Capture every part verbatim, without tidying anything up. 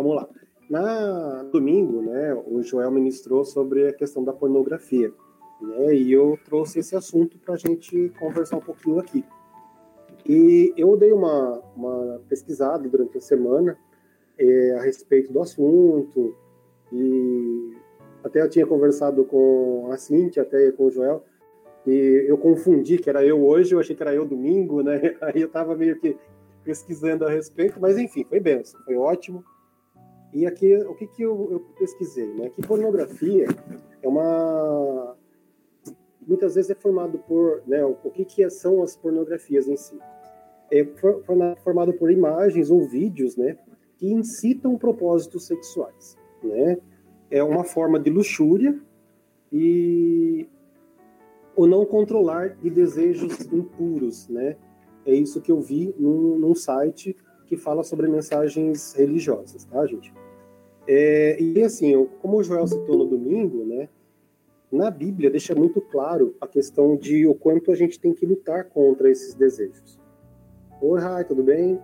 vamos lá. Na domingo, né, o Joel ministrou sobre a questão da pornografia, né, e eu trouxe esse assunto para a gente conversar um pouquinho aqui. E eu dei uma, uma pesquisada durante a semana é, a respeito do assunto, e até eu tinha conversado com a Cíntia, até com o Joel, e eu confundi que era eu hoje, eu achei que era eu domingo, né? Aí eu estava meio que pesquisando a respeito, mas enfim, foi benção, foi ótimo. E aqui, o que, que eu, eu pesquisei, né? Que pornografia é uma... Muitas vezes é formado por... Né, o que, que são as pornografias em si? É formado por imagens ou vídeos, né? Que incitam propósitos sexuais, né? É uma forma de luxúria e o não controlar de desejos impuros, né? É isso que eu vi num, num site que fala sobre mensagens religiosas, tá, gente? É, e assim, eu, como o Joel citou no domingo, né? Na Bíblia deixa muito claro a questão de o quanto a gente tem que lutar contra esses desejos. Oi, Rai, tudo bem?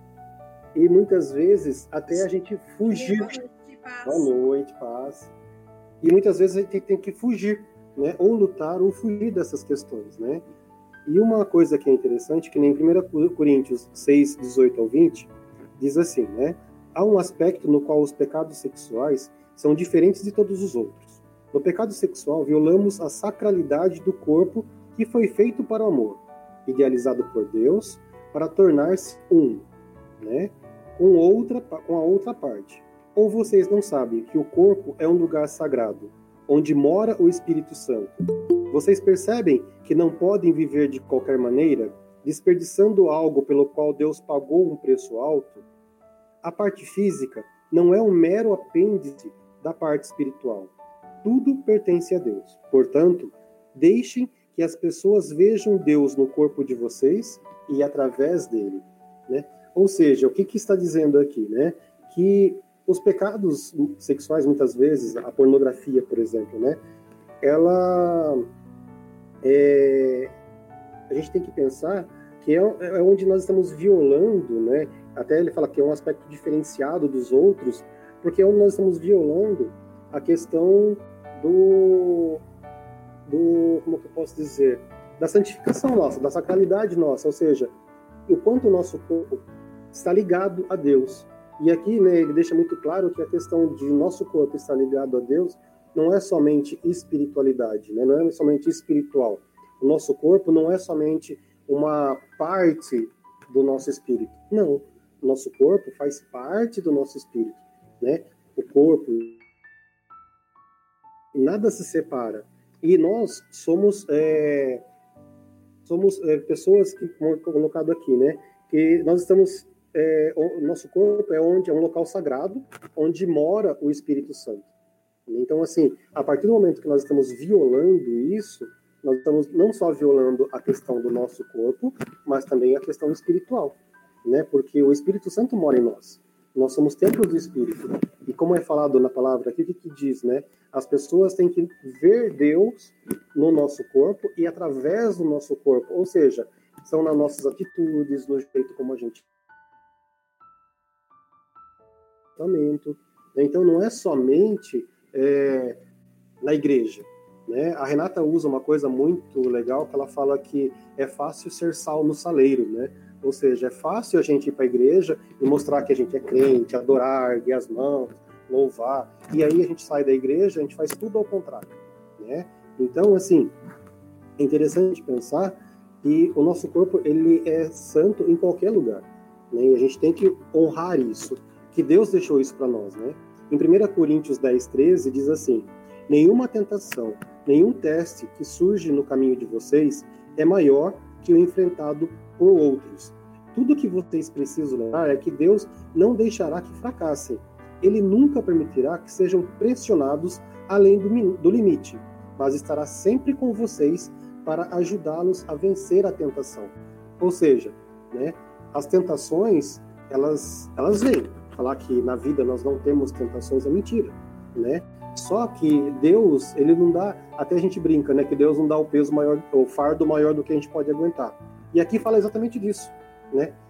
E muitas vezes até a gente fugir. Boa noite, paz. Boa noite, paz. E muitas vezes a gente tem que fugir, né? Ou lutar ou fugir dessas questões, né? E uma coisa que é interessante, que nem em primeira Coríntios seis, dezoito ao vinte, diz assim, né? Há um aspecto no qual os pecados sexuais são diferentes de todos os outros. No pecado sexual, violamos a sacralidade do corpo que foi feito para o amor, idealizado por Deus, para tornar-se um, né? Com, outra, com a outra parte. Ou vocês não sabem que o corpo é um lugar sagrado, onde mora o Espírito Santo. Vocês percebem que não podem viver de qualquer maneira, desperdiçando algo pelo qual Deus pagou um preço alto? A parte física não é um mero apêndice da parte espiritual. Tudo pertence a Deus. Portanto, deixem que as pessoas vejam Deus no corpo de vocês e através dele, né? Ou seja, o que, que está dizendo aqui, né? Que os pecados sexuais, muitas vezes, a pornografia, por exemplo, né? Ela... É, a gente tem que pensar que é, é onde nós estamos violando, né? Até ele fala que é um aspecto diferenciado dos outros, porque é onde nós estamos violando a questão do... do como que eu posso dizer? Da santificação nossa, da sacralidade nossa, ou seja, o quanto o nosso corpo está ligado a Deus. E aqui, né, ele deixa muito claro que a questão de nosso corpo estar ligado a Deus não é somente espiritualidade, né? Não é somente espiritual. O nosso corpo não é somente uma parte do nosso espírito. Não. O nosso corpo faz parte do nosso espírito, né? O corpo, nada se separa. E nós somos, é, somos é, pessoas que, como colocado aqui, né? Que nós estamos... É, o nosso corpo é onde é um local sagrado, onde mora o Espírito Santo. Então, assim, a partir do momento que nós estamos violando isso, nós estamos não só violando a questão do nosso corpo, mas também a questão espiritual, né? Porque o Espírito Santo mora em nós. Nós somos templos do Espírito. E como é falado na palavra aqui, o que, que diz, né? As pessoas têm que ver Deus no nosso corpo e através do nosso corpo. Ou seja, são nas nossas atitudes, no jeito como a gente... Então não é somente é, na igreja, né? A Renata usa uma coisa muito legal, que ela fala que é fácil ser sal no saleiro, né? Ou seja, é fácil a gente ir para a igreja e mostrar que a gente é crente, adorar, erguer as mãos, louvar, e aí a gente sai da igreja, a gente faz tudo ao contrário, né? Então, assim, é interessante pensar que o nosso corpo, ele é santo em qualquer lugar, né? E a gente tem que honrar isso, que Deus deixou isso para nós, né? Em primeira Coríntios dez, treze, diz assim: nenhuma tentação, nenhum teste que surge no caminho de vocês é maior que o enfrentado por outros. Tudo que vocês precisam lembrar é que Deus não deixará que fracassem. Ele nunca permitirá que sejam pressionados além do, do limite, mas estará sempre com vocês para ajudá-los a vencer a tentação. Ou seja, né, as tentações, elas, elas vêm. Falar que na vida nós não temos tentações é mentira, né? Só que Deus, ele não dá, até a gente brinca, né, que Deus não dá o peso maior, o fardo maior do que a gente pode aguentar. E aqui fala exatamente disso, né?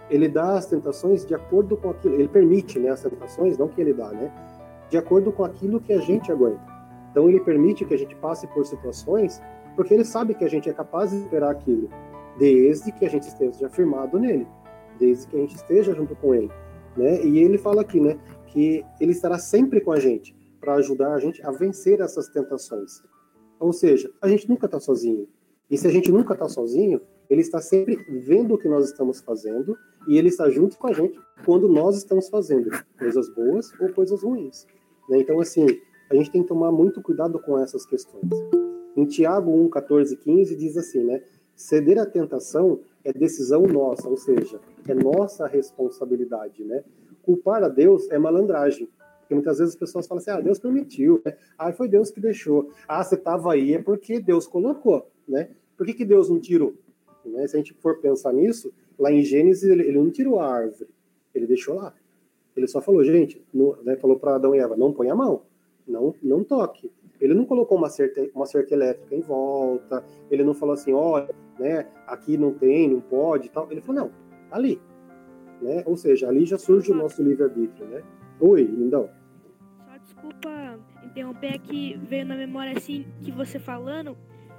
ele dá as tentações de acordo com aquilo, ele permite, né, as tentações, não que ele dá, né, de acordo com aquilo que a gente aguenta. Então ele permite que a gente passe por situações, porque ele sabe que a gente é capaz de superar aquilo, desde que a gente esteja firmado nele, desde que a gente esteja junto com ele, né? E ele fala aqui, né, que ele estará sempre com a gente, para ajudar a gente a vencer essas tentações. Ou seja, a gente nunca está sozinho. E se a gente nunca está sozinho, ele está sempre vendo o que nós estamos fazendo e ele está junto com a gente quando nós estamos fazendo coisas boas ou coisas ruins, né? Então, assim, a gente tem que tomar muito cuidado com essas questões. Em Tiago um, catorze, quinze diz assim, né? Ceder à tentação é decisão nossa, ou seja, é nossa responsabilidade, né? Culpar a Deus é malandragem. Porque muitas vezes as pessoas falam assim, ah, Deus permitiu, né? Ah, foi Deus que deixou. Ah, você estava aí é porque Deus colocou, né? Por que, que Deus não tirou? Né? Se a gente for pensar nisso, lá em Gênesis ele, ele não tirou a árvore, ele deixou lá. Ele só falou, gente, no, né, falou para Adão e Eva, não põe a mão, não, não toque. Ele não colocou uma cerca, uma cerca elétrica em volta, ele não falou assim, olha, né, aqui não tem, não pode e tal. Ele falou, não, tá ali. Né? Ou seja, ali já surge o nosso livre-arbítrio, né? Oi, lindão. Só desculpa interromper aqui, veio na memória assim que você falando,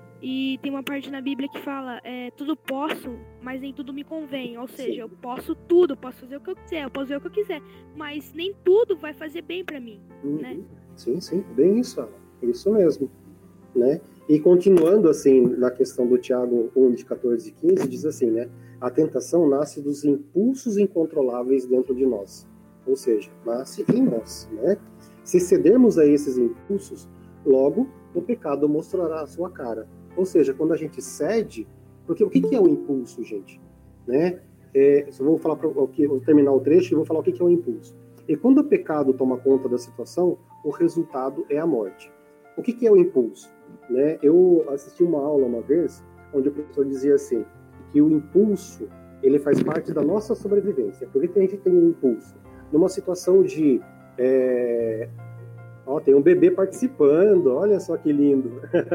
e tem uma parte na Bíblia que fala, é, tudo posso, mas nem tudo me convém. Ou seja, sim, eu posso tudo, posso fazer o que eu quiser, eu posso fazer o que eu quiser, mas nem tudo vai fazer bem para mim, uhum, né? Sim, sim, bem isso, isso mesmo, né? E continuando assim, na questão do Tiago um, de catorze e quinze, diz assim, né? A tentação nasce dos impulsos incontroláveis dentro de nós. Ou seja, nasce em nós, né? Se cedermos a esses impulsos, logo o pecado mostrará a sua cara. Ou seja, quando a gente cede, porque o que é o impulso, gente? Né? É, eu vou falar para vou terminar o trecho e vou falar o que é o impulso. E quando o pecado toma conta da situação, o resultado é a morte. O que é o impulso? Né? Eu assisti uma aula uma vez, onde o professor dizia assim, que o impulso ele faz parte da nossa sobrevivência. Por que a gente tem um impulso? Numa situação de... É... Ó, tem um bebê participando, olha só que lindo.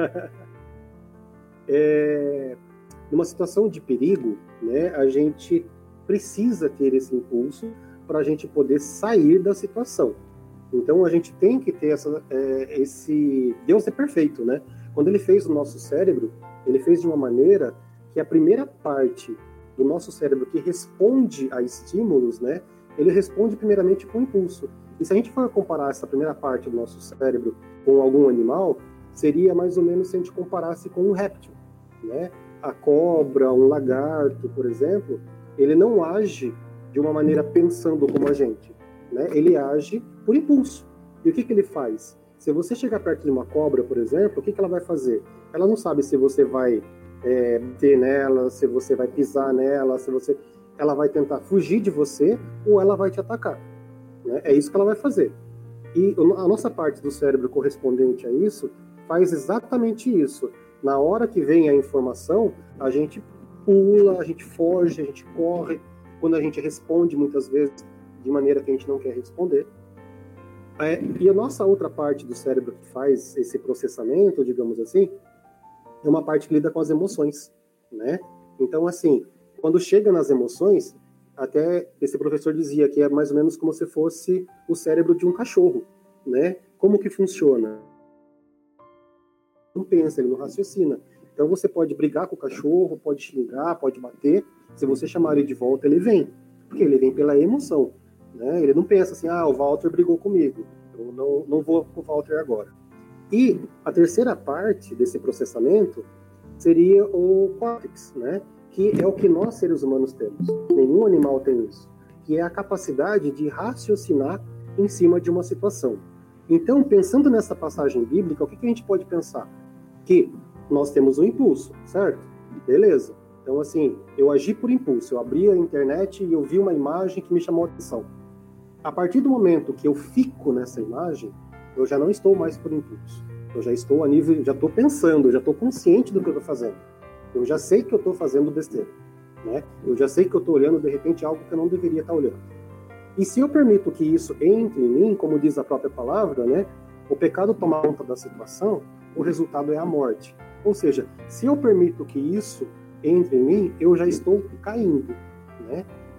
É... Numa situação de perigo, né, a gente precisa ter esse impulso para a gente poder sair da situação. Então a gente tem que ter essa, é, esse... Deus é perfeito, né? Quando ele fez o nosso cérebro, ele fez de uma maneira que a primeira parte do nosso cérebro que responde a estímulos, né, ele responde primeiramente com impulso. E se a gente for comparar essa primeira parte do nosso cérebro com algum animal, seria mais ou menos se a gente comparasse com um réptil, né? A cobra, um lagarto, por exemplo, ele não age de uma maneira pensando como a gente, né? Ele age por impulso. E o que, que ele faz? Se você chegar perto de uma cobra, por exemplo, o que, que ela vai fazer? Ela não sabe se você vai é, bater nela, se você vai pisar nela, se você... ela vai tentar fugir de você ou ela vai te atacar. Né? É isso que ela vai fazer. E a nossa parte do cérebro correspondente a isso faz exatamente isso. Na hora que vem a informação, a gente pula, a gente foge, a gente corre. Quando a gente responde, muitas vezes, de maneira que a gente não quer responder. É, e a nossa outra parte do cérebro que faz esse processamento, digamos assim, é uma parte que lida com as emoções, né? Então, assim, quando chega nas emoções, até esse professor dizia que é mais ou menos como se fosse o cérebro de um cachorro, né? Como que funciona? Não pensa, ele não raciocina. Então você pode brigar com o cachorro, pode xingar, pode bater. Se você chamar ele de volta, ele vem. Porque ele vem pela emoção, né? Ele não pensa assim, ah, o Walter brigou comigo, eu não, não vou com o Walter agora. E a terceira parte desse processamento seria o córtex, né? Que é o que nós, seres humanos, temos. Nenhum animal tem isso. Que é a capacidade de raciocinar em cima de uma situação. Então, pensando nessa passagem bíblica, o que, que a gente pode pensar? Que nós temos um impulso, certo? Beleza. Então, assim, eu agi por impulso. Eu abri a internet e eu vi uma imagem que me chamou a atenção. A partir do momento que eu fico nessa imagem, eu já não estou mais por impulso. Eu já estou a nível, já estou pensando, já estou consciente do que eu estou fazendo. Eu já sei que eu estou fazendo besteira, né? Eu já sei que eu estou olhando, de repente, algo que eu não deveria estar olhando. E se eu permito que isso entre em mim, como diz a própria palavra, né? O pecado toma conta da situação, o resultado é a morte. Ou seja, se eu permito que isso entre em mim, eu já estou caindo, né?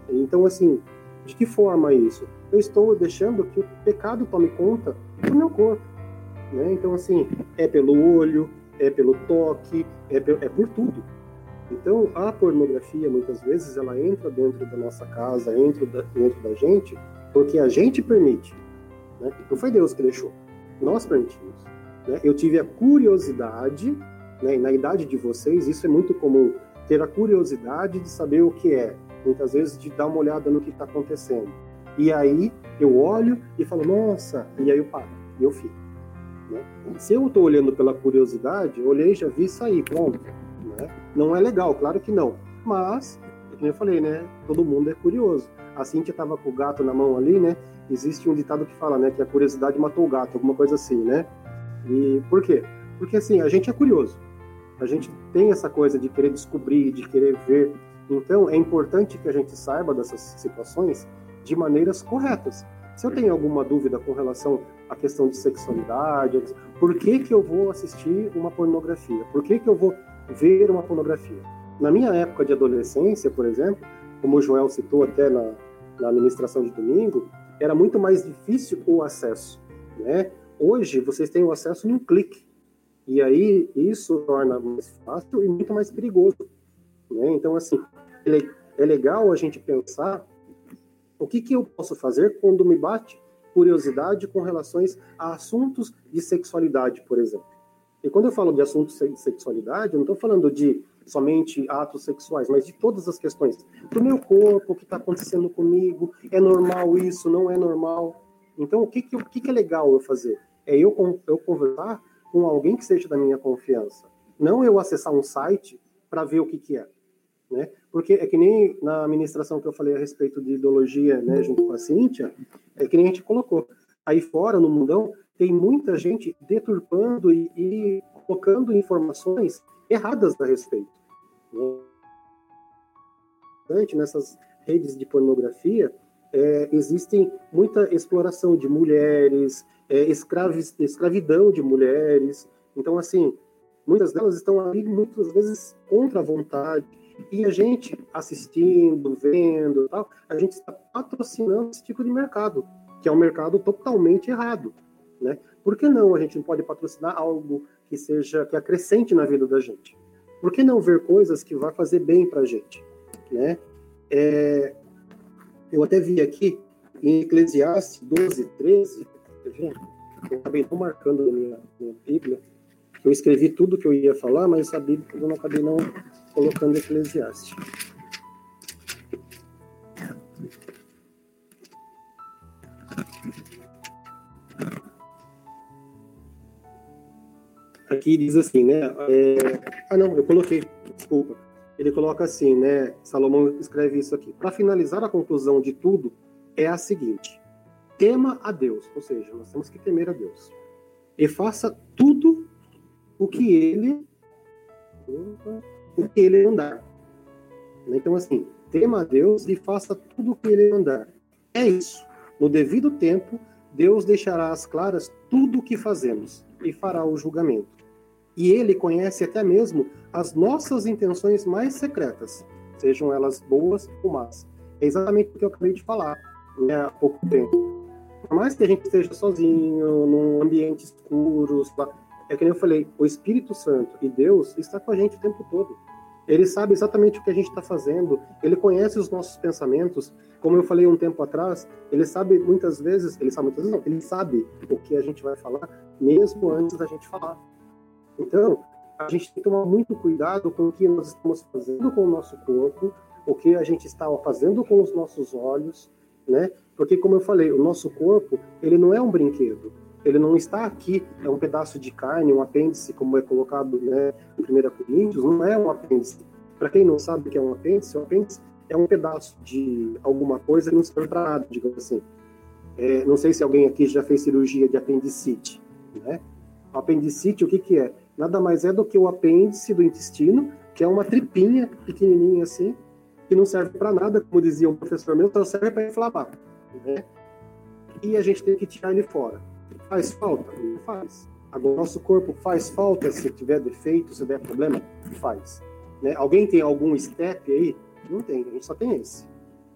Então, assim, de que forma isso? Eu estou deixando que o pecado tome conta do meu corpo, né? Então, assim, é pelo olho, é pelo toque, é, é por tudo. Então, a pornografia, muitas vezes, ela entra dentro da nossa casa, entra da, dentro da gente, porque a gente permite, né? Não foi Deus que deixou, nós permitimos, né? Eu tive a curiosidade, né? E na idade de vocês, isso é muito comum, ter a curiosidade de saber o que é, muitas vezes de dar uma olhada no que está acontecendo. E aí, eu olho e falo, nossa, e aí eu paro, e eu fico. Né? Se eu estou olhando pela curiosidade, eu olhei, já vi sair, pronto. Né? Não é legal, claro que não. Mas, como eu falei, né? Todo mundo é curioso. A Cíntia estava com o gato na mão ali, né? Existe um ditado que fala, né? Que a curiosidade matou o gato, alguma coisa assim, né? E por quê? Porque, assim, a gente é curioso. A gente tem essa coisa de querer descobrir, de querer ver. Então, é importante que a gente saiba dessas situações de maneiras corretas. Se eu tenho alguma dúvida com relação à questão de sexualidade, por que que eu vou assistir uma pornografia? Por que que eu vou ver uma pornografia? Na minha época de adolescência, por exemplo, como o Joel citou até na, na administração de domingo, era muito mais difícil o acesso, né? Hoje, vocês têm o acesso num clique. E aí, isso torna mais fácil e muito mais perigoso, né? Então, assim, é legal a gente pensar o que que eu posso fazer quando me bate curiosidade com relações a assuntos de sexualidade, por exemplo. E quando eu falo de assuntos de sexualidade, eu não estou falando de somente atos sexuais, mas de todas as questões do meu corpo, o que está acontecendo comigo, é normal isso, não é normal. Então, o que que, o que que é legal eu fazer? É eu, eu conversar com alguém que seja da minha confiança. Não eu acessar um site para ver o que que é. Né? Porque é que nem na ministração que eu falei a respeito de ideologia, né, junto com a Cíntia, é que nem a gente colocou. Aí fora, no mundão, tem muita gente deturpando e, e colocando informações erradas a respeito. Né? Nessas redes de pornografia, é, existem muita exploração de mulheres, é, escravi- escravidão de mulheres. Então, assim, muitas delas estão ali, muitas vezes, contra a vontade. E a gente assistindo, vendo, tal, a gente está patrocinando esse tipo de mercado, que é um mercado totalmente errado, né? Por que não a gente não pode patrocinar algo que seja, que acrescente na vida da gente? Por que não ver coisas que vão fazer bem para a gente, né? É, eu até vi aqui em Eclesiastes doze, treze, eu acabei não marcando na minha, minha Bíblia, eu escrevi tudo que eu ia falar, mas a Bíblia eu não acabei não colocando Eclesiastes. Aqui diz assim, né? É... Ah, não, eu coloquei, desculpa. Ele coloca assim, né? Salomão escreve isso aqui. Para finalizar, a conclusão de tudo é a seguinte: tema a Deus, ou seja, nós temos que temer a Deus. E faça tudo o que ele, o que ele mandar. Então, assim, tema a Deus e faça tudo o que ele mandar. É isso. No devido tempo, Deus deixará às claras tudo o que fazemos e fará o julgamento. E ele conhece até mesmo as nossas intenções mais secretas, sejam elas boas ou más. É exatamente o que eu acabei de falar, né, há pouco tempo. Por mais que a gente esteja sozinho, num ambiente escuro, é que nem eu falei, o Espírito Santo e Deus está com a gente o tempo todo. Ele sabe exatamente o que a gente está fazendo, ele conhece os nossos pensamentos. Como eu falei um tempo atrás, ele sabe muitas vezes, ele sabe muitas vezes não, ele sabe o que a gente vai falar, mesmo antes da gente falar. Então, a gente tem que tomar muito cuidado com o que nós estamos fazendo com o nosso corpo, o que a gente está fazendo com os nossos olhos, né? Porque, como eu falei, o nosso corpo, ele não é um brinquedo. Ele não está aqui, é um pedaço de carne, um apêndice, como é colocado, né, em primeira Coríntios, não é um apêndice. Para quem não sabe o que é um apêndice, um apêndice é um pedaço de alguma coisa que não serve para nada, digamos assim. É, não sei se alguém aqui já fez cirurgia de apendicite, né? O apendicite, o que que é? Nada mais é do que o apêndice do intestino, que é uma tripinha pequenininha assim, que não serve para nada, como dizia um professor meu, só serve para inflamar, né? E a gente tem que tirar ele fora. Faz falta? Não faz. Agora, o nosso corpo faz falta se tiver defeito, se der problema? Faz. Né? Alguém tem algum step aí? Não tem, a gente só tem esse.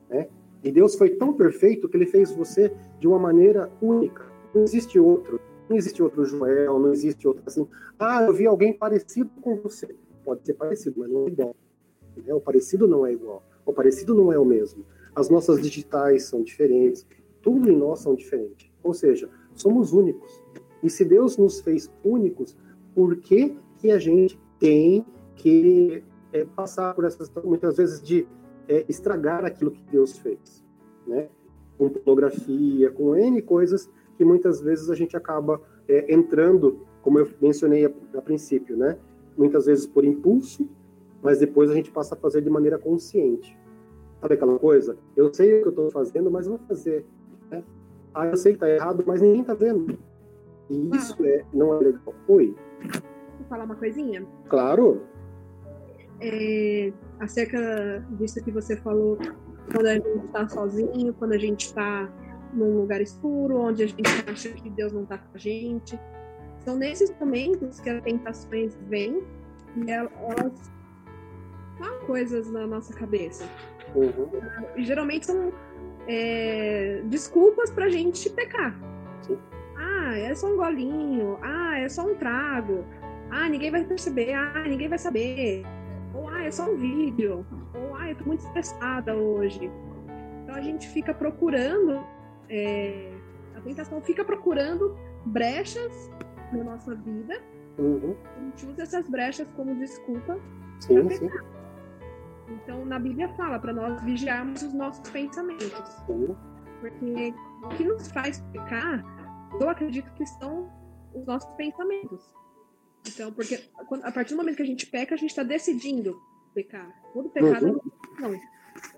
né? E Deus foi tão perfeito que ele fez você de uma maneira única. Não existe outro. Não existe outro Joel, não existe outro assim. Ah, eu vi alguém parecido com você. Pode ser parecido, mas não é igual. Né? O parecido não é igual. O parecido não é o mesmo. As nossas digitais são diferentes. Tudo em nós são diferentes. Ou seja, somos únicos. E se Deus nos fez únicos, por que que a gente tem que é, passar por essas, muitas vezes, de é, estragar aquilo que Deus fez, né? Com pornografia, com N coisas que muitas vezes a gente acaba é, entrando, como eu mencionei a, a princípio, né? Muitas vezes por impulso, mas depois a gente passa a fazer de maneira consciente. Sabe aquela coisa? Eu sei o que eu estou fazendo, mas eu vou fazer, né? Ah, eu sei que está errado, mas ninguém está vendo. E isso ah. é, não é legal. Oi? Vou falar uma coisinha? Claro. É, acerca disso que você falou, quando a gente está sozinho, quando a gente está num lugar escuro, onde a gente acha que Deus não está com a gente. São nesses momentos que as tentações vêm e elas falam coisas na nossa cabeça. Uhum. E geralmente são é, desculpas pra gente pecar. Sim. Ah, é só um golinho. Ah, é só um trago. Ah, ninguém vai perceber. Ah, ninguém vai saber. Ou, ah, é só um vídeo. Ou, ah, eu tô muito estressada hoje. Então a gente fica procurando, é, a tentação fica procurando brechas na nossa vida. Uhum. A gente usa essas brechas como desculpa. Sim, sim. Então, na Bíblia fala para nós vigiarmos os nossos pensamentos. Sim. Porque o que nos faz pecar, eu acredito que são os nossos pensamentos. Então, porque a partir do momento que a gente peca, a gente está decidindo pecar. Todo pecado uhum. é não.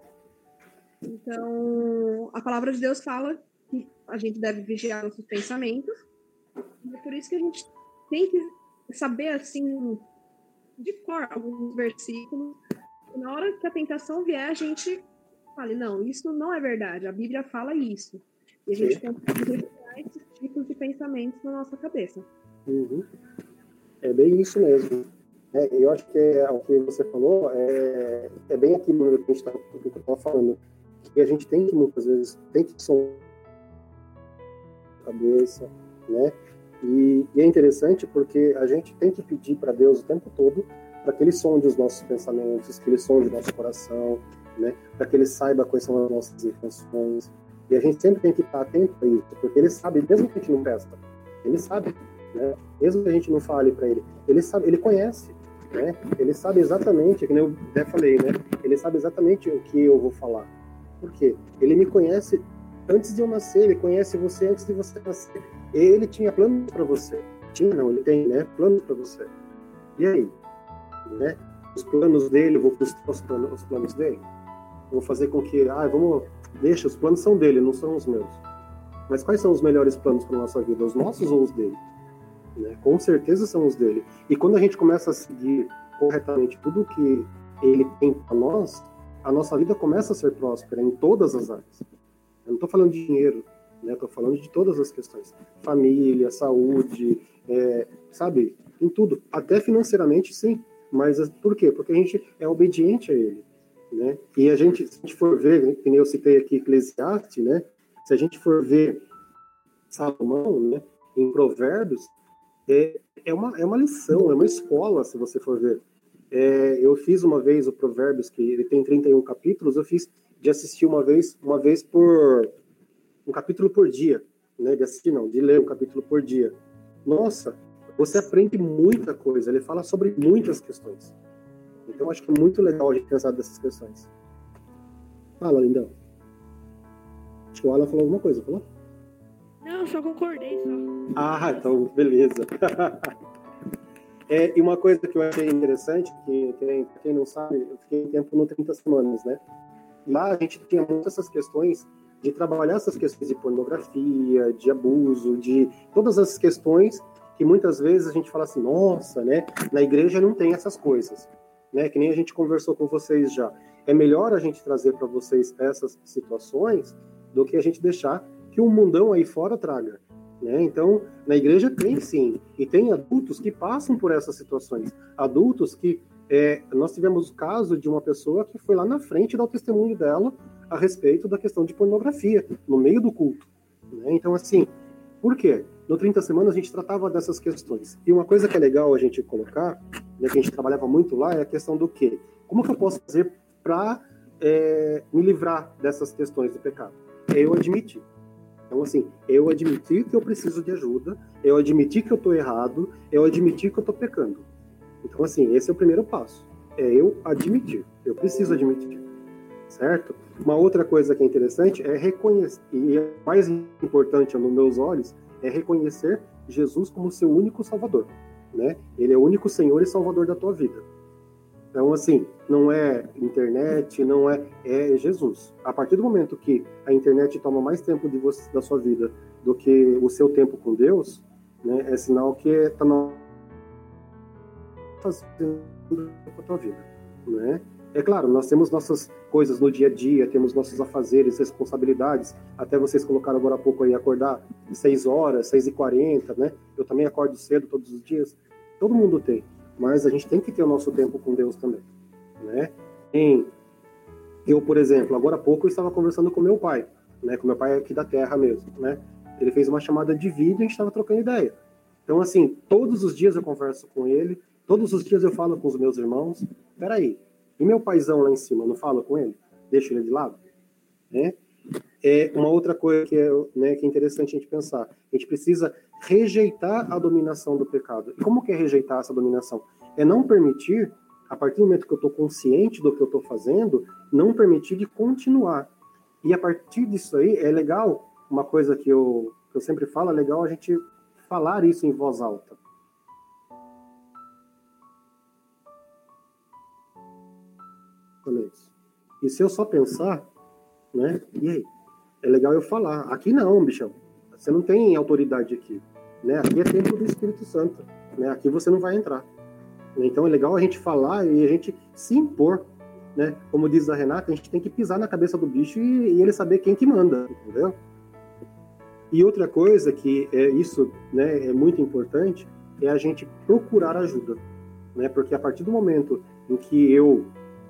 Então, a palavra de Deus fala que a gente deve vigiar nossos pensamentos. E é por isso que a gente tem que saber, assim, de cor, alguns versículos. E na hora que a tentação vier, a gente fale, não, isso não é verdade. A Bíblia fala isso. E a gente Sim. tem que retirar esses tipos de pensamentos na nossa cabeça. Uhum. É bem isso mesmo. É, eu acho que é, o que você falou é, é bem aquilo que a gente estava falando. Que a gente tem que, muitas vezes, tem que som a cabeça, né? E, e é interessante porque a gente tem que pedir para Deus o tempo todo para que Ele sonde os nossos pensamentos, que Ele sonde o nosso coração, né? Para que Ele saiba quais são as nossas intenções. E a gente sempre tem que estar atento a isso, porque Ele sabe, mesmo que a gente não peça, Ele sabe, né? Mesmo que a gente não fale para Ele, Ele sabe, Ele conhece, né? Ele sabe exatamente, como eu até falei, né? Ele sabe exatamente o que eu vou falar. Por quê? Ele me conhece antes de eu nascer, Ele conhece você antes de você nascer. Ele tinha planos para você. Tinha, não, Ele tem, né? Planos para você. E aí? Né? Os planos dele, eu vou frustrar os planos, os planos dele? Eu vou fazer com que, ah, vamos, deixa, os planos são dele, não são os meus. Mas quais são os melhores planos para nossa vida? Os nossos ou os dele? Né? Com certeza são os dele. E quando a gente começa a seguir corretamente tudo que ele tem para nós, a nossa vida começa a ser próspera em todas as áreas. Eu não estou falando de dinheiro, né? Estou falando de todas as questões. Família, saúde, é, sabe? Em tudo. Até financeiramente, sim. Mas por quê? Porque a gente é obediente a ele, né? E a gente, se a gente for ver, que nem eu citei aqui Eclesiastes, né? Se a gente for ver Salomão, né? Em Provérbios, é, é, uma, é uma lição, é uma escola, se você for ver. É, eu fiz uma vez o Provérbios, que ele tem trinta e um capítulos, eu fiz de assistir uma vez, uma vez por um capítulo por dia, né? De assistir não, de ler um capítulo por dia. Nossa, você aprende muita coisa, ele fala sobre muitas questões. Então, acho que é muito legal a gente pensar dessas questões. Fala, Lindão. Acho que o Alan falou alguma coisa, falou? Não, só concordei, só. Ah, então, beleza. É, e uma coisa que eu achei interessante, que quem, quem não sabe, eu fiquei um tempo no trinta semanas, né? Lá a gente tinha muitas essas questões de trabalhar essas questões de pornografia, de abuso, de todas as questões que muitas vezes a gente fala assim, nossa, né? Na igreja não tem essas coisas, né? Que nem a gente conversou com vocês já. É melhor a gente trazer para vocês essas situações do que a gente deixar que o mundão aí fora traga, né? Então, na igreja tem sim, e tem adultos que passam por essas situações, adultos que, é, nós tivemos o caso de uma pessoa que foi lá na frente dar o testemunho dela, a respeito da questão de pornografia no meio do culto, né? Então, assim, por quê? No trinta Semanas a gente tratava dessas questões. E uma coisa que é legal a gente colocar, né, que a gente trabalhava muito lá, é a questão do quê? Como que eu posso fazer para é, me livrar dessas questões de pecado? É eu admitir. Então, assim, eu admitir que eu preciso de ajuda, eu admitir que eu estou errado, eu admitir que eu estou pecando. Então, assim, esse é o primeiro passo. É eu admitir. Eu preciso admitir. Certo? Uma outra coisa que é interessante é reconhecer, e é mais importante nos meus olhos, é reconhecer Jesus como seu único Salvador, né? Ele é o único Senhor e Salvador da tua vida. Então, assim, não é internet, não é, é Jesus. A partir do momento que a internet toma mais tempo de você, da sua vida do que o seu tempo com Deus, né, é sinal que está fazendo com a tua vida, né? É claro, nós temos nossas coisas no dia a dia, temos nossos afazeres, responsabilidades. Até vocês colocaram agora há pouco aí, acordar seis horas, seis e quarenta, né? Eu também acordo cedo todos os dias. Todo mundo tem. Mas a gente tem que ter o nosso tempo com Deus também, né? Em, eu, por exemplo, agora há pouco eu estava conversando com meu pai, né? Com meu pai aqui da terra mesmo, né? Ele fez uma chamada de vídeo e a gente estava trocando ideia. Então, assim, todos os dias eu converso com ele, todos os dias eu falo com os meus irmãos. Peraí, e meu paizão lá em cima, não fala com ele? Deixa ele de lado? Né? É uma outra coisa que é, né, que é interessante a gente pensar. A gente precisa rejeitar a dominação do pecado. E como que é rejeitar essa dominação? É não permitir, a partir do momento que eu estou consciente do que eu estou fazendo, não permitir de continuar. E a partir disso aí, é legal, uma coisa que eu, que eu sempre falo, é legal a gente falar isso em voz alta. E se eu só pensar, né? E aí? É legal eu falar. Aqui não, bichão. Você não tem autoridade aqui, né? Aqui é templo do Espírito Santo, né? Aqui você não vai entrar. Então é legal a gente falar e a gente se impor, né? Como diz a Renata, a gente tem que pisar na cabeça do bicho e, e ele saber quem que manda, entendeu? E outra coisa que é isso, né? É muito importante é a gente procurar ajuda, né? Porque a partir do momento em que eu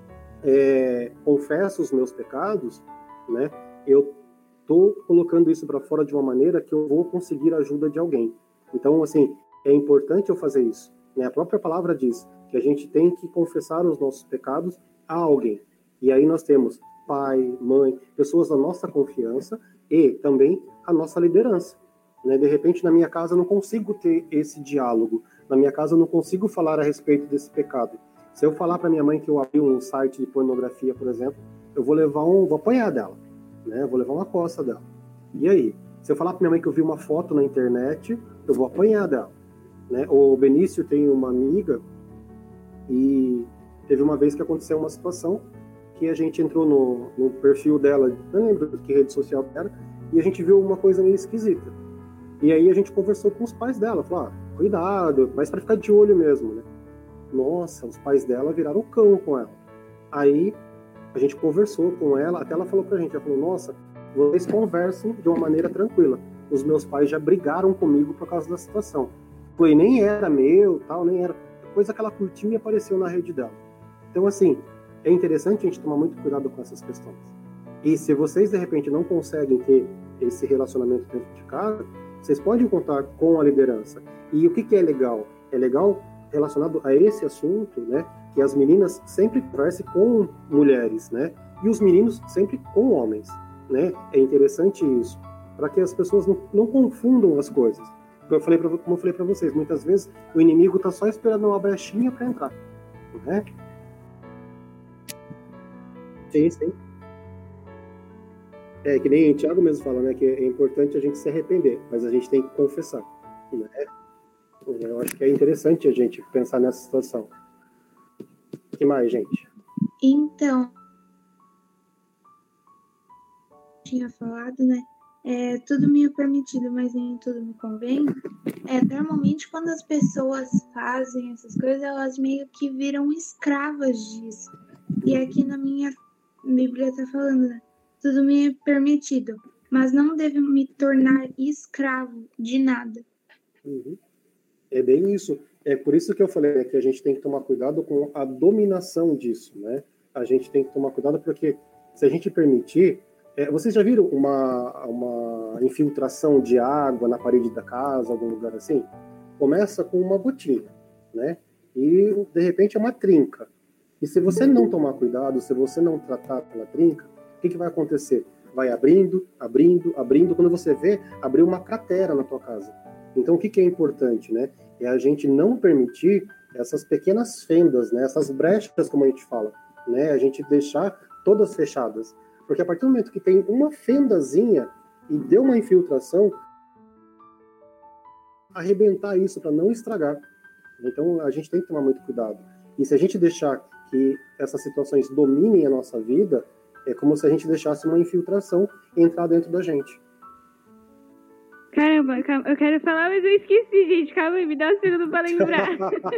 É, confesso os meus pecados, né, eu estou colocando isso para fora de uma maneira que eu vou conseguir a ajuda de alguém. Então, assim, é importante eu fazer isso, né? A própria palavra diz que a gente tem que confessar os nossos pecados a alguém. E aí nós temos pai, mãe, pessoas da nossa confiança e também a nossa liderança, né? De repente, na minha casa eu não consigo ter esse diálogo, na minha casa eu não consigo falar a respeito desse pecado. Se eu falar para minha mãe que eu abri um site de pornografia, por exemplo, eu vou levar um, vou apanhar dela, né? Eu vou levar uma coça dela. E aí? Se eu falar para minha mãe que eu vi uma foto na internet, eu vou apanhar dela, né? O Benício tem uma amiga e teve uma vez que aconteceu uma situação que a gente entrou no, no perfil dela, não lembro que rede social era, e a gente viu uma coisa meio esquisita. E aí a gente conversou com os pais dela, falou, ah, cuidado, mas para ficar de olho mesmo, né? Nossa, os pais dela viraram cão com ela. Aí a gente conversou com ela, até ela falou pra gente, ela falou, nossa, vocês conversam de uma maneira tranquila. Os meus pais já brigaram comigo por causa da situação. Foi, nem era meu, tal, nem era. Coisa que ela curtiu e apareceu na rede dela. Então, assim, é interessante a gente tomar muito cuidado com essas questões. E se vocês, de repente, não conseguem ter esse relacionamento dentro de casa, vocês podem contar com a liderança. E o que, que é legal? É legal relacionado a esse assunto, né, que as meninas sempre conversem com mulheres, né, e os meninos sempre com homens, né, é interessante isso, para que as pessoas não, não confundam as coisas. Como eu falei para como eu falei para vocês, muitas vezes o inimigo está só esperando uma brechinha para entrar, né? Sim, sim. É que nem o Thiago mesmo fala, né, que é importante a gente se arrepender, mas a gente tem que confessar, né? Eu acho que é interessante a gente pensar nessa situação. O que mais, gente? Então, tinha falado, né? É, tudo me é permitido, mas nem tudo me convém. É, normalmente, quando as pessoas fazem essas coisas, elas meio que viram escravas disso. E aqui na minha Bíblia tá falando, né? Tudo me é permitido, mas não devo me tornar escravo de nada. Uhum. É bem isso. É por isso que eu falei, né, que a gente tem que tomar cuidado com a dominação disso, né? A gente tem que tomar cuidado porque se a gente permitir, é, vocês já viram uma, uma infiltração de água na parede da casa, algum lugar assim? Começa com uma gotinha, né? E de repente é uma trinca. E se você não tomar cuidado, se você não tratar aquela trinca, o que, que vai acontecer? Vai abrindo, abrindo, abrindo. Quando você vê, abriu uma cratera na tua casa. Então, o que, que é importante, né? É a gente não permitir essas pequenas fendas, né? Essas brechas, como a gente fala, né? A gente deixar todas fechadas. Porque a partir do momento que tem uma fendazinha e deu uma infiltração, arrebentar isso para não estragar. Então, a gente tem que tomar muito cuidado. E se a gente deixar que essas situações dominem a nossa vida, é como se a gente deixasse uma infiltração entrar dentro da gente. Caramba, calma, eu quero falar, mas eu esqueci, gente. Calma aí, me dá um segundo pra lembrar.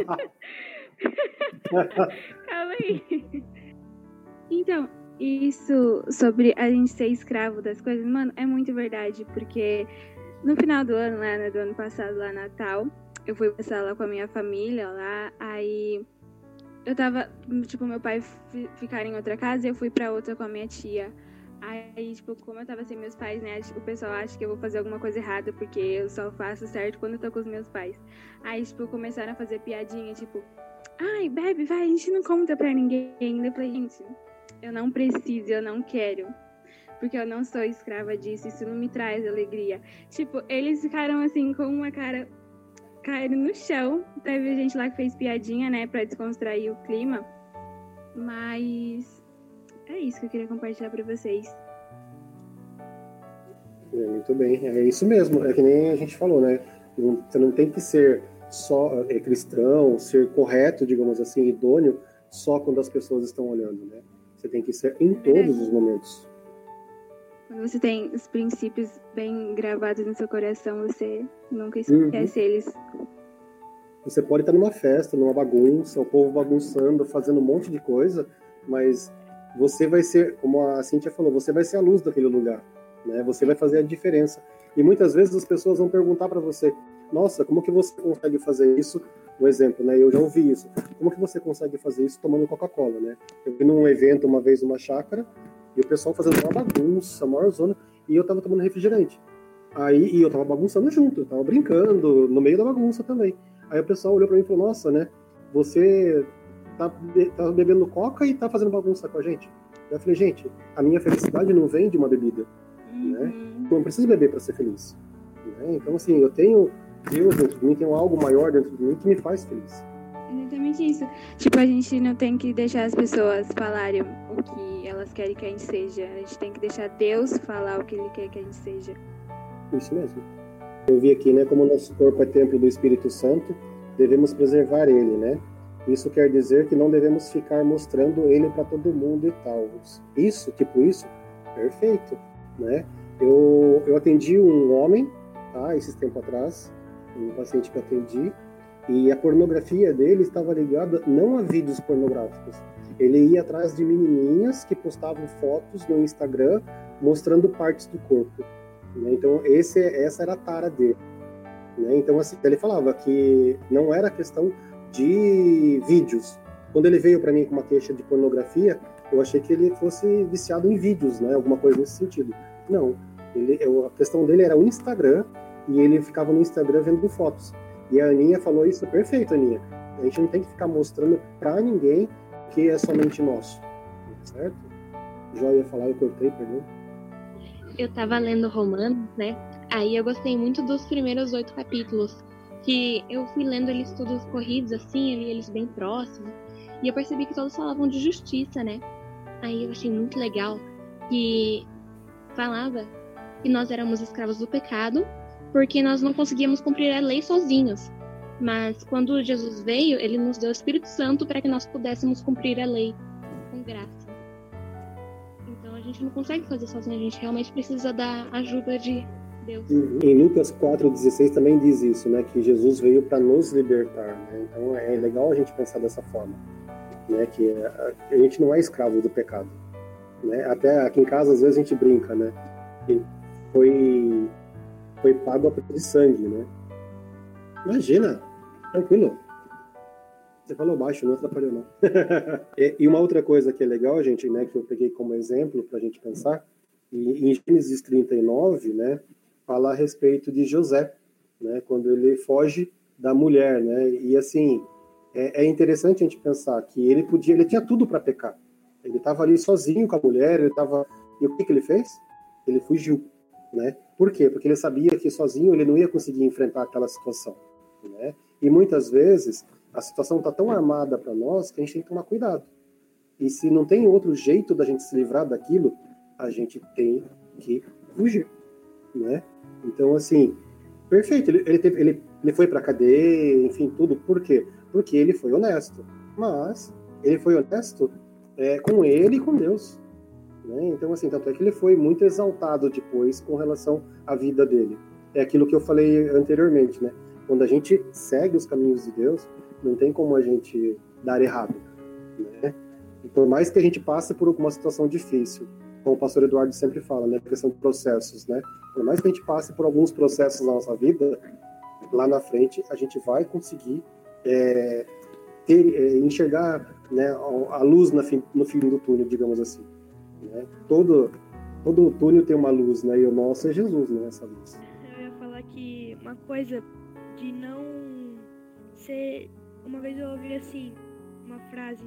Calma aí. Então, isso sobre a gente ser escravo das coisas, mano, é muito verdade, porque no final do ano, lá, né, do ano passado, lá Natal, eu fui passar lá com a minha família, lá, aí eu tava, tipo, meu pai f- ficar em outra casa e eu fui pra outra com a minha tia. Aí, tipo, como eu tava sem meus pais, né, o pessoal acha que eu vou fazer alguma coisa errada, porque eu só faço certo quando eu tô com os meus pais. Aí, tipo, começaram a fazer piadinha, tipo, ai, bebe, vai, a gente não conta pra ninguém. Eu falei, gente, eu não preciso, eu não quero, porque eu não sou escrava disso, isso não me traz alegria. Tipo, eles ficaram assim, com uma cara, caíram no chão. Teve gente lá que fez piadinha, né, pra descontrair o clima, mas é isso que eu queria compartilhar pra vocês. É, muito bem, é isso mesmo, é que nem a gente falou, né? Você não tem que ser só é, cristão, ser correto, digamos assim, idôneo, só quando as pessoas estão olhando, né? Você tem que ser em todos os momentos. Quando você tem os princípios bem gravados no seu coração, você nunca esquece uhum. eles. Você pode estar numa festa, numa bagunça, o povo bagunçando, fazendo um monte de coisa, mas você vai ser, como a Cíntia falou, você vai ser a luz daquele lugar, né? Você vai fazer a diferença. E muitas vezes as pessoas vão perguntar para você, nossa, como que você consegue fazer isso? Um exemplo, né? Eu já ouvi isso. Como que você consegue fazer isso tomando Coca-Cola, né? Eu vi num evento uma vez numa chácara e o pessoal fazendo uma bagunça, uma maior zona, e eu tava tomando refrigerante. Aí, e eu tava bagunçando junto, eu tava brincando no meio da bagunça também. Aí o pessoal olhou para mim e falou, nossa, né? Você tá, be- tá bebendo Coca e tá fazendo bagunça com a gente. Eu falei, gente, a minha felicidade não vem de uma bebida, uhum. né? Eu não preciso beber para ser feliz. Né? Então, assim, eu tenho Deus dentro de mim, tem algo maior dentro de mim que me faz feliz. Exatamente isso. Tipo, a gente não tem que deixar as pessoas falarem o que elas querem que a gente seja. A gente tem que deixar Deus falar o que Ele quer que a gente seja. Isso mesmo. Eu vi aqui, né, como o nosso corpo é templo do Espírito Santo, devemos preservar ele, né? Isso quer dizer que não devemos ficar mostrando ele para todo mundo e tal. Isso, tipo isso, perfeito, né? Eu, eu atendi um homem, tá, esses tempos atrás, um paciente que eu atendi, e a pornografia dele estava ligada não a vídeos pornográficos. Ele ia atrás de menininhas que postavam fotos no Instagram mostrando partes do corpo. Né? Então, esse, essa era a tara dele. Né? Então, assim, ele falava que não era questão de vídeos. Quando ele veio para mim com uma queixa de pornografia, eu achei que ele fosse viciado em vídeos, né? Alguma coisa nesse sentido. Não. Ele, a questão dele era o Instagram, e ele ficava no Instagram vendo fotos. E a Aninha falou isso perfeito, Aninha. A gente não tem que ficar mostrando para ninguém que é somente nosso. Certo? Já ia falar, eu cortei, perdão. Eu tava lendo Romanos, né? Aí eu gostei muito dos primeiros oito capítulos. Que eu fui lendo eles todos corridos, assim, eu li eles bem próximos. E eu percebi que todos falavam de justiça, né? Aí eu achei muito legal que falava que nós éramos escravos do pecado porque nós não conseguíamos cumprir a lei sozinhos. Mas quando Jesus veio, ele nos deu o Espírito Santo para que nós pudéssemos cumprir a lei com graça. Então a gente não consegue fazer sozinho, a gente realmente precisa da ajuda de Deus. Em Lucas quatro dezesseis também diz isso, né? Que Jesus veio para nos libertar. Né? Então é legal a gente pensar dessa forma. Né? Que a, a gente não é escravo do pecado. Né? Até aqui em casa, às vezes, a gente brinca, né? Que foi... foi pago a preço de sangue, né? Imagina, tranquilo. Você falou baixo, não atrapalhou, não. e, e uma outra coisa que é legal, gente, né, que eu peguei como exemplo para a gente pensar, e, em Gênesis trinta e nove, né, fala a respeito de José, né, quando ele foge da mulher, né, e assim, é, é interessante a gente pensar que ele podia, ele tinha tudo para pecar. Ele estava ali sozinho com a mulher, ele estava... E o que, que ele fez? Ele fugiu, né? Por quê? Porque ele sabia que sozinho ele não ia conseguir enfrentar aquela situação, né? E muitas vezes a situação está tão armada para nós que a gente tem que tomar cuidado. E se não tem outro jeito da gente se livrar daquilo, a gente tem que fugir, né? Então, assim, perfeito. Ele, ele, teve, ele, ele foi para a cadeia, enfim, tudo. Por quê? Porque ele foi honesto. Mas ele foi honesto é, com ele e com Deus. Né? Então, assim, tanto é que ele foi muito exaltado depois com relação à vida dele. É aquilo que eu falei anteriormente, né? Quando a gente segue os caminhos de Deus, não tem como a gente dar errado, né? E por mais que a gente passe por alguma situação difícil, como o pastor Eduardo sempre fala, né? Questão de processos, né? Por mais que a gente passe por alguns processos na nossa vida, lá na frente a gente vai conseguir é, ter, é, enxergar, né, a luz na fim, no fim do túnel, digamos assim. Né? Todo, todo túnel tem uma luz, né? E o nosso é Jesus, né? Essa luz. Eu ia falar que uma coisa de não ser... Uma vez eu ouvi assim, uma frase,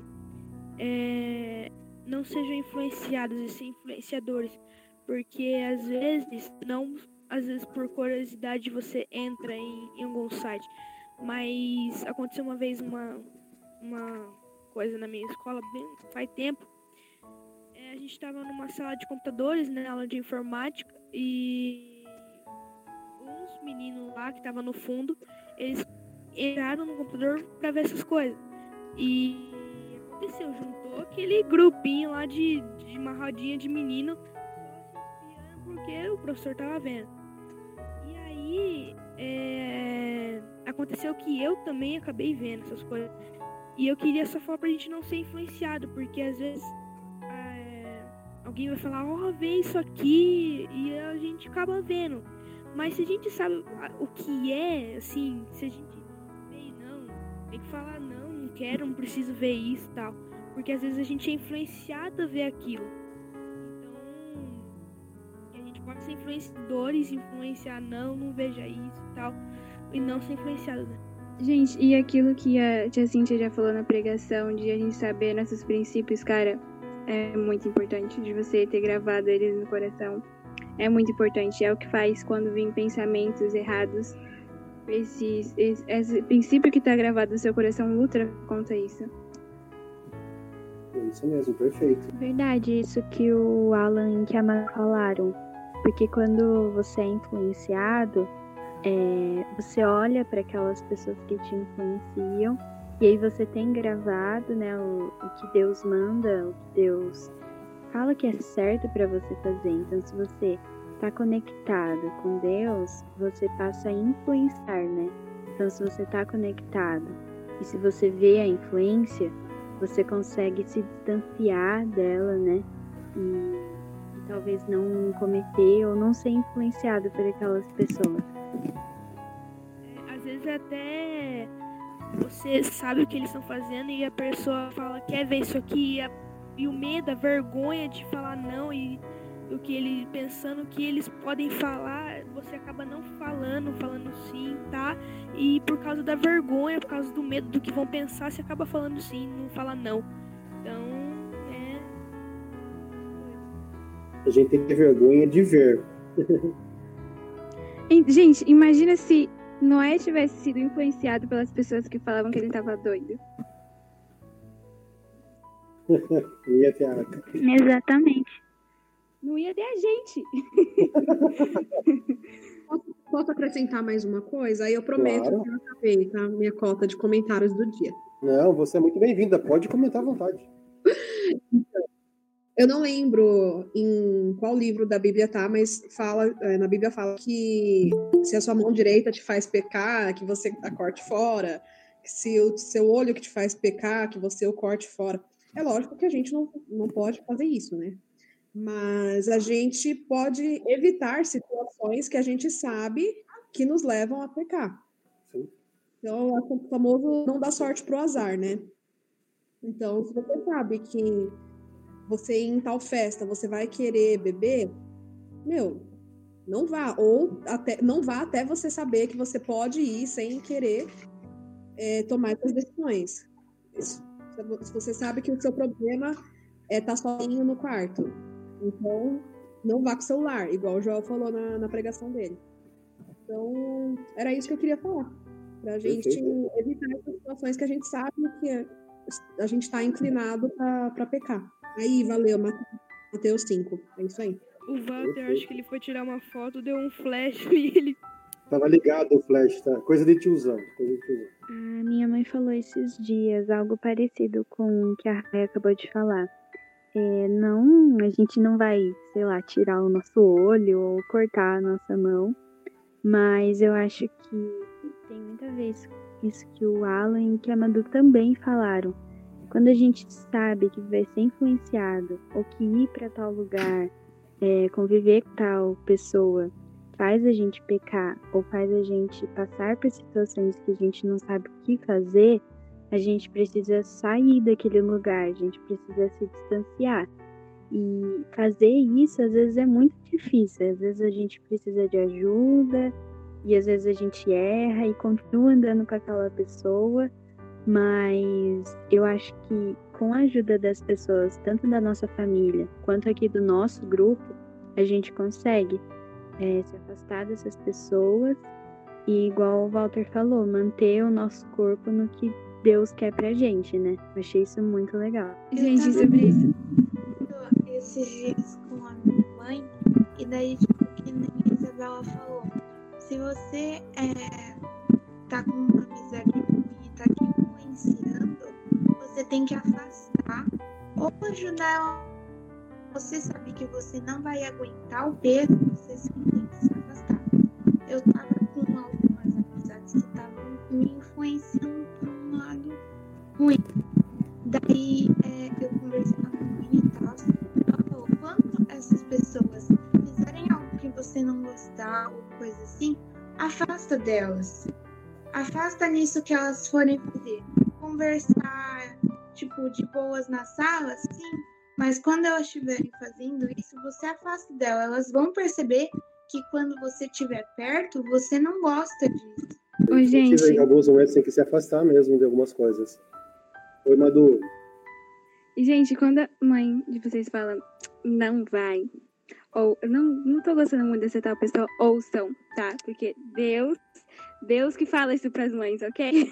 é, não sejam influenciados e sim influenciadores, porque às vezes, não, às vezes por curiosidade você entra em, em algum site, mas aconteceu uma vez uma, uma coisa na minha escola, bem, faz tempo, é, a gente estava numa sala de computadores, né, aula de informática, e uns meninos lá que estavam no fundo, eles entraram no computador para ver essas coisas. E aconteceu, juntou aquele grupinho lá de, de uma rodinha de menino porque o professor tava vendo. E aí é, aconteceu que eu também acabei vendo essas coisas. E eu queria só falar pra gente não ser influenciado, porque às vezes é, alguém vai falar, ó, oh, vê isso aqui, e a gente acaba vendo. Mas se a gente sabe o que é, assim, se a gente tem que falar, não, não quero, não preciso ver isso e tal. Porque às vezes a gente é influenciado a ver aquilo. Então, a gente pode ser influenciadores, influenciar, não, não veja isso e tal. E não ser influenciado, né? Gente, e aquilo que a tia Cíntia já falou na pregação, de a gente saber nossos princípios, cara, é muito importante de você ter gravado eles no coração. É muito importante, é o que faz quando vêm pensamentos errados. Esse, esse, esse princípio que está gravado no seu coração luta contra isso. É isso mesmo, perfeito. Verdade, isso que o Alan e que a Amanda falaram. Porque quando você é influenciado, é, você olha para aquelas pessoas que te influenciam e aí você tem gravado, né, o, o que Deus manda, o que Deus fala que é certo para você fazer. Então, se você está conectado com Deus, você passa a influenciar, né? Então, se você está conectado e se você vê a influência, você consegue se distanciar dela, né? E, e talvez não cometer ou não ser influenciado por aquelas pessoas. É, às vezes até você sabe o que eles estão fazendo e a pessoa fala, quer ver isso aqui? E, a, e o medo, a vergonha de falar não e o que ele pensando que eles podem falar, você acaba não falando, falando sim, tá? E por causa da vergonha, por causa do medo do que vão pensar, você acaba falando sim, não fala não. Então, é... A gente tem que ter vergonha de ver. Gente, imagina se Noé tivesse sido influenciado pelas pessoas que falavam que ele estava doido. Ia ter arca. Exatamente. Não ia ter a gente. Posso, posso acrescentar mais uma coisa? Aí eu prometo Claro. que eu acabei, tá? Minha cota de comentários do dia. Não, você é muito bem-vinda. Pode comentar à vontade. Eu não lembro em qual livro da Bíblia tá, mas fala, na Bíblia fala que se a sua mão direita te faz pecar, que você a corte fora. Se o seu olho que te faz pecar, que você o corte fora. É lógico que a gente não, não pode fazer isso, né? Mas a gente pode evitar situações que a gente sabe que nos levam a pecar. Sim. Então, o famoso não dá sorte pro azar, né? Então, se você sabe que você ir em tal festa, você vai querer beber, meu, não vá. Ou até, não vá até você saber que você pode ir sem querer é, tomar essas decisões. Se você sabe que o seu problema é estar sozinho no quarto, então não vá com o celular, igual o Joel falou na, na pregação dele. Então, era isso que eu queria falar. Pra gente Perfeito. Evitar essas situações que a gente sabe que a gente está inclinado para pecar. Aí, valeu, Mateus cinco. É isso aí. O Walter, acho que ele foi tirar uma foto, deu um flash e ele... Tava ligado o flash, tá? Coisa de tiozão. Coisa de tiozão. A minha mãe falou esses dias algo parecido com o que a Raia acabou de falar. É, não, a gente não vai, sei lá, tirar o nosso olho ou cortar a nossa mão, mas eu acho que tem muita vez isso que o Alan e que a Madu também falaram. Quando a gente sabe que vai ser influenciado ou que ir para tal lugar, é, conviver com tal pessoa, faz a gente pecar ou faz a gente passar por situações que a gente não sabe o que fazer, a gente precisa sair daquele lugar, a gente precisa se distanciar. E fazer isso às vezes é muito difícil, às vezes a gente precisa de ajuda e às vezes a gente erra e continua andando com aquela pessoa, mas eu acho que com a ajuda das pessoas, tanto da nossa família quanto aqui do nosso grupo, a gente consegue É, se afastar dessas pessoas e, igual o Walter falou, manter o nosso corpo no que Deus quer pra gente, né? Eu achei isso muito legal. Gente, sobre isso. Esses dias com a minha mãe, e daí, tipo, que nem a Isabela falou, se você é, tá com uma amizade ruim e tá te influenciando, você tem que afastar ou ajudar ela. Você sabe que você não vai aguentar o peso, você sim tem que se afastar. Eu tava com algumas amizades que estavam me influenciando para um lado ruim. Daí é, eu conversei com a minha mãe e tal. Ela falou, quando essas pessoas fizerem algo que você não gostar ou coisa assim, afasta delas. Afasta nisso que elas forem fazer. Conversar, tipo, de boas na sala, sim. Mas quando elas estiverem fazendo isso, você afasta dela. Elas vão perceber que quando você estiver perto, você não gosta disso. Oi, gente. Em alguns momentos tem que se afastar mesmo de algumas coisas. Oi, Madu. E, gente, quando a mãe de vocês fala, não vai, ou não, não tô gostando muito dessa tal pessoa, ouçam, tá? Porque Deus, Deus que fala isso pras mães, ok?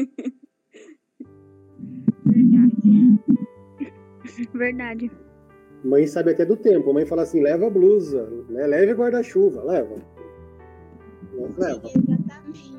Verdade. Verdade. Mãe sabe até do tempo. A mãe fala assim, leva a blusa, né? Leve guarda-chuva, leva. Leva. Exatamente.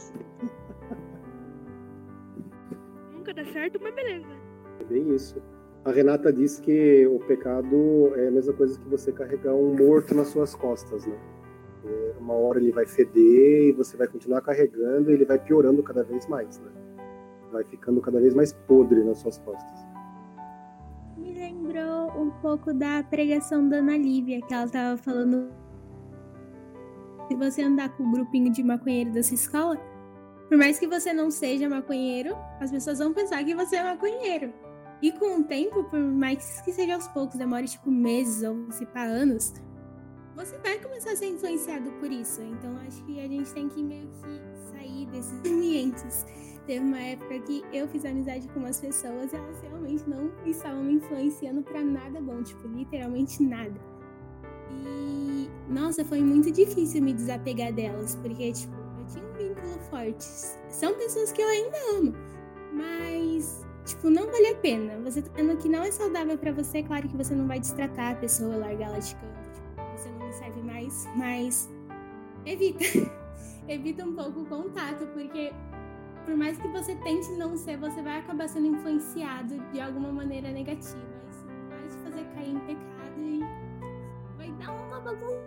Nunca dá certo, mas beleza. É bem isso. A Renata disse que o pecado é a mesma coisa que você carregar um morto nas suas costas, né? Uma hora ele vai feder e você vai continuar carregando e ele vai piorando cada vez mais, né? Vai ficando cada vez mais podre nas suas costas. Me lembrou um pouco da pregação da Ana Lívia, que ela estava falando. Se você andar com o grupinho de maconheiro da sua escola, por mais que você não seja maconheiro, as pessoas vão pensar que você é maconheiro. E com o tempo, por mais que seja aos poucos, demore tipo meses ou se pá anos, você vai começar a ser influenciado por isso. Então acho que a gente tem que meio que sair desses ambientes. Teve uma época que eu fiz amizade com umas pessoas e elas realmente não estavam me influenciando pra nada bom, tipo, literalmente nada. E, nossa, foi muito difícil me desapegar delas, porque, tipo, eu tinha um vínculo forte. São pessoas que eu ainda amo, mas, tipo, não vale a pena. Você tá vendo que não é saudável pra você, claro que você não vai destratar a pessoa, largar ela de canto, tipo, você não me serve mais, mas evita. Evita um pouco o contato, porque por mais que você tente não ser, você vai acabar sendo influenciado de alguma maneira negativa. Isso vai te fazer cair em pecado e vai dar uma bagunça.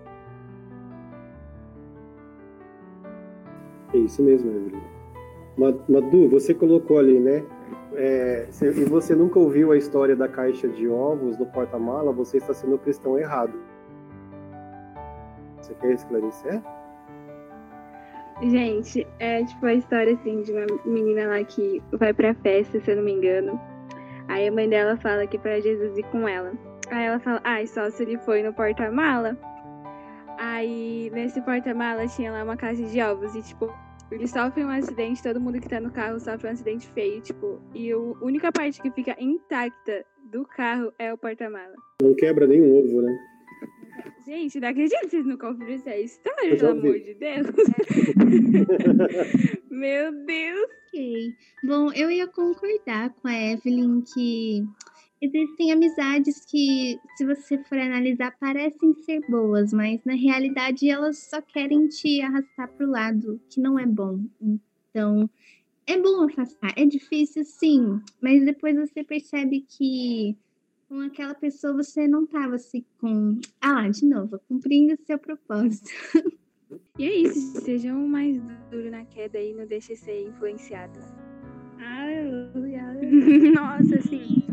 É isso mesmo, Evelyn. Madu, você colocou ali, né? É, e você nunca ouviu a história da caixa de ovos no porta-mala, você está sendo cristão errado. Você quer esclarecer? Gente, é tipo a história assim de uma menina lá que vai pra festa, se eu não me engano. Aí a mãe dela fala que pra Jesus ir com ela. Aí ela fala, ai, só se ele foi no porta-mala. Aí nesse porta-mala tinha lá uma caixa de ovos e tipo, ele sofre um acidente, todo mundo que tá no carro sofre um acidente feio, tipo, e a única parte que fica intacta do carro é o porta-mala. Não quebra nenhum ovo, né? Gente, não acredito que vocês nunca ouviram essa história, Eu já pelo amor ouvi. de Deus. Meu Deus. Ok. Bom, eu ia concordar com a Evelyn que existem amizades que, se você for analisar, parecem ser boas, mas na realidade elas só querem te arrastar pro lado que não é bom. Então, é bom afastar. É difícil, sim, mas depois você percebe que com aquela pessoa você não tava assim com... Ah, de novo, cumprindo o seu propósito. E é isso, sejam mais duros na queda e não deixem ser influenciados. Aleluia. Nossa, sim.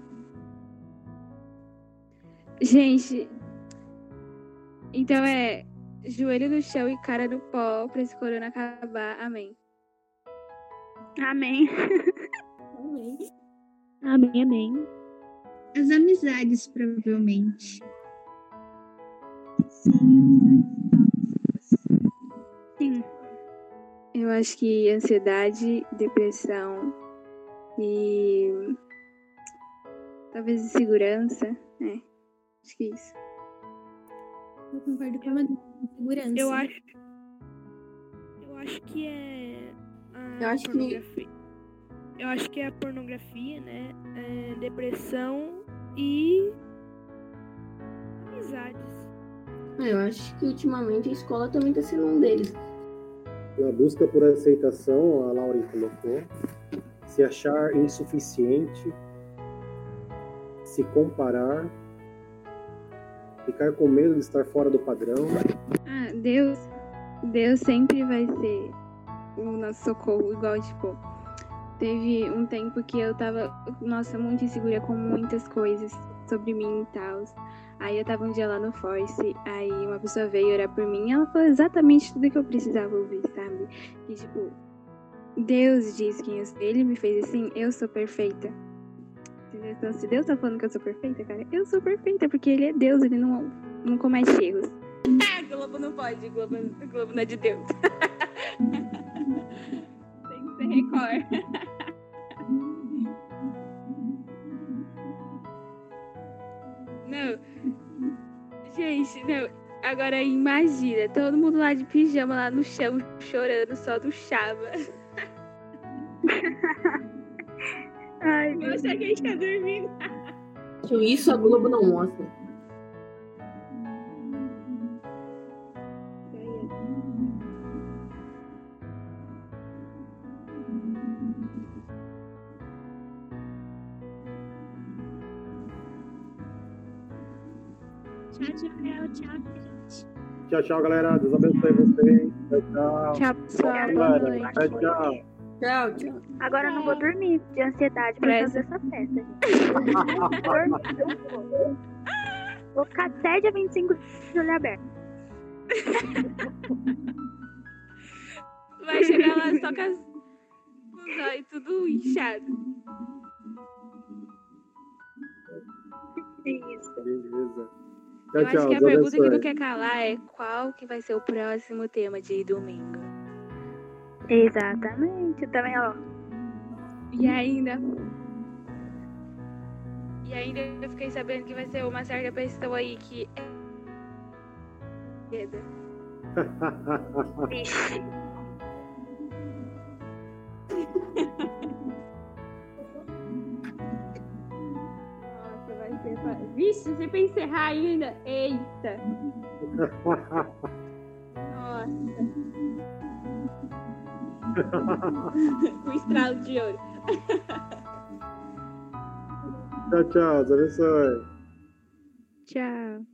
Gente, então é joelho no chão e cara no pó pra esse corona acabar. Amém. Amém. Amém. Amém, amém. As amizades, provavelmente. Sim. Eu acho que ansiedade, depressão e talvez insegurança, é, acho que é isso. Eu concordo com a Manu. Segurança. Eu acho. Eu acho que é. A Eu acho que- pornografia. Eu acho que é a pornografia, né? É depressão e. amizades. Eu acho que ultimamente a escola também tá sendo um deles. Na busca por aceitação, a Lauren colocou, se achar insuficiente, se comparar, ficar com medo de estar fora do padrão. Ah, Deus, Deus sempre vai ser o nosso socorro, igual, tipo, teve um tempo que eu tava, nossa, muito insegura com muitas coisas sobre mim e tal. Aí eu tava um dia lá no Force, aí uma pessoa veio orar por mim e ela falou exatamente tudo que eu precisava ouvir, sabe? E tipo, Deus diz quem eu sou, Ele me fez assim, eu sou perfeita. Entendeu? Então se Deus tá falando que eu sou perfeita, cara, eu sou perfeita, porque Ele é Deus, Ele não, não comete erros. Ah, Globo não pode, Globo, Globo não é de Deus. Tem que ser Record. Não, gente, não. Agora imagina, todo mundo lá de pijama lá no chão, chorando só do Chava. Ai, Eu achei que a gente tá dormindo. Isso a Globo não mostra. Tchau, tchau, tchau, gente. Tchau, tchau, galera. Deus abençoe vocês. Tchau, tchau. tchau, pessoal. Boa Galera, noite. tchau, tchau. Tchau, tchau. Agora eu não vou dormir de ansiedade por causa dessa festa, gente. Eu vou. Vou ficar até dia vinte e cinco de olho aberto. Vai chegar lá só com as... os olhos tudo inchado. Isso. Beleza. Eu Tchau, acho tchau. que a Deus pergunta que abençoe. não quer calar é qual que vai ser o próximo tema de domingo. Exatamente. Eu também, ó. E ainda... E ainda eu fiquei sabendo que vai ser uma certa pessoa aí que é... Vixe. Nossa, vai ser... pra- Vixe, se pra encerrar ainda... Eita! Nossa! Com estralo de ouro. Tchau, tchau. Deus abençoe. Tchau.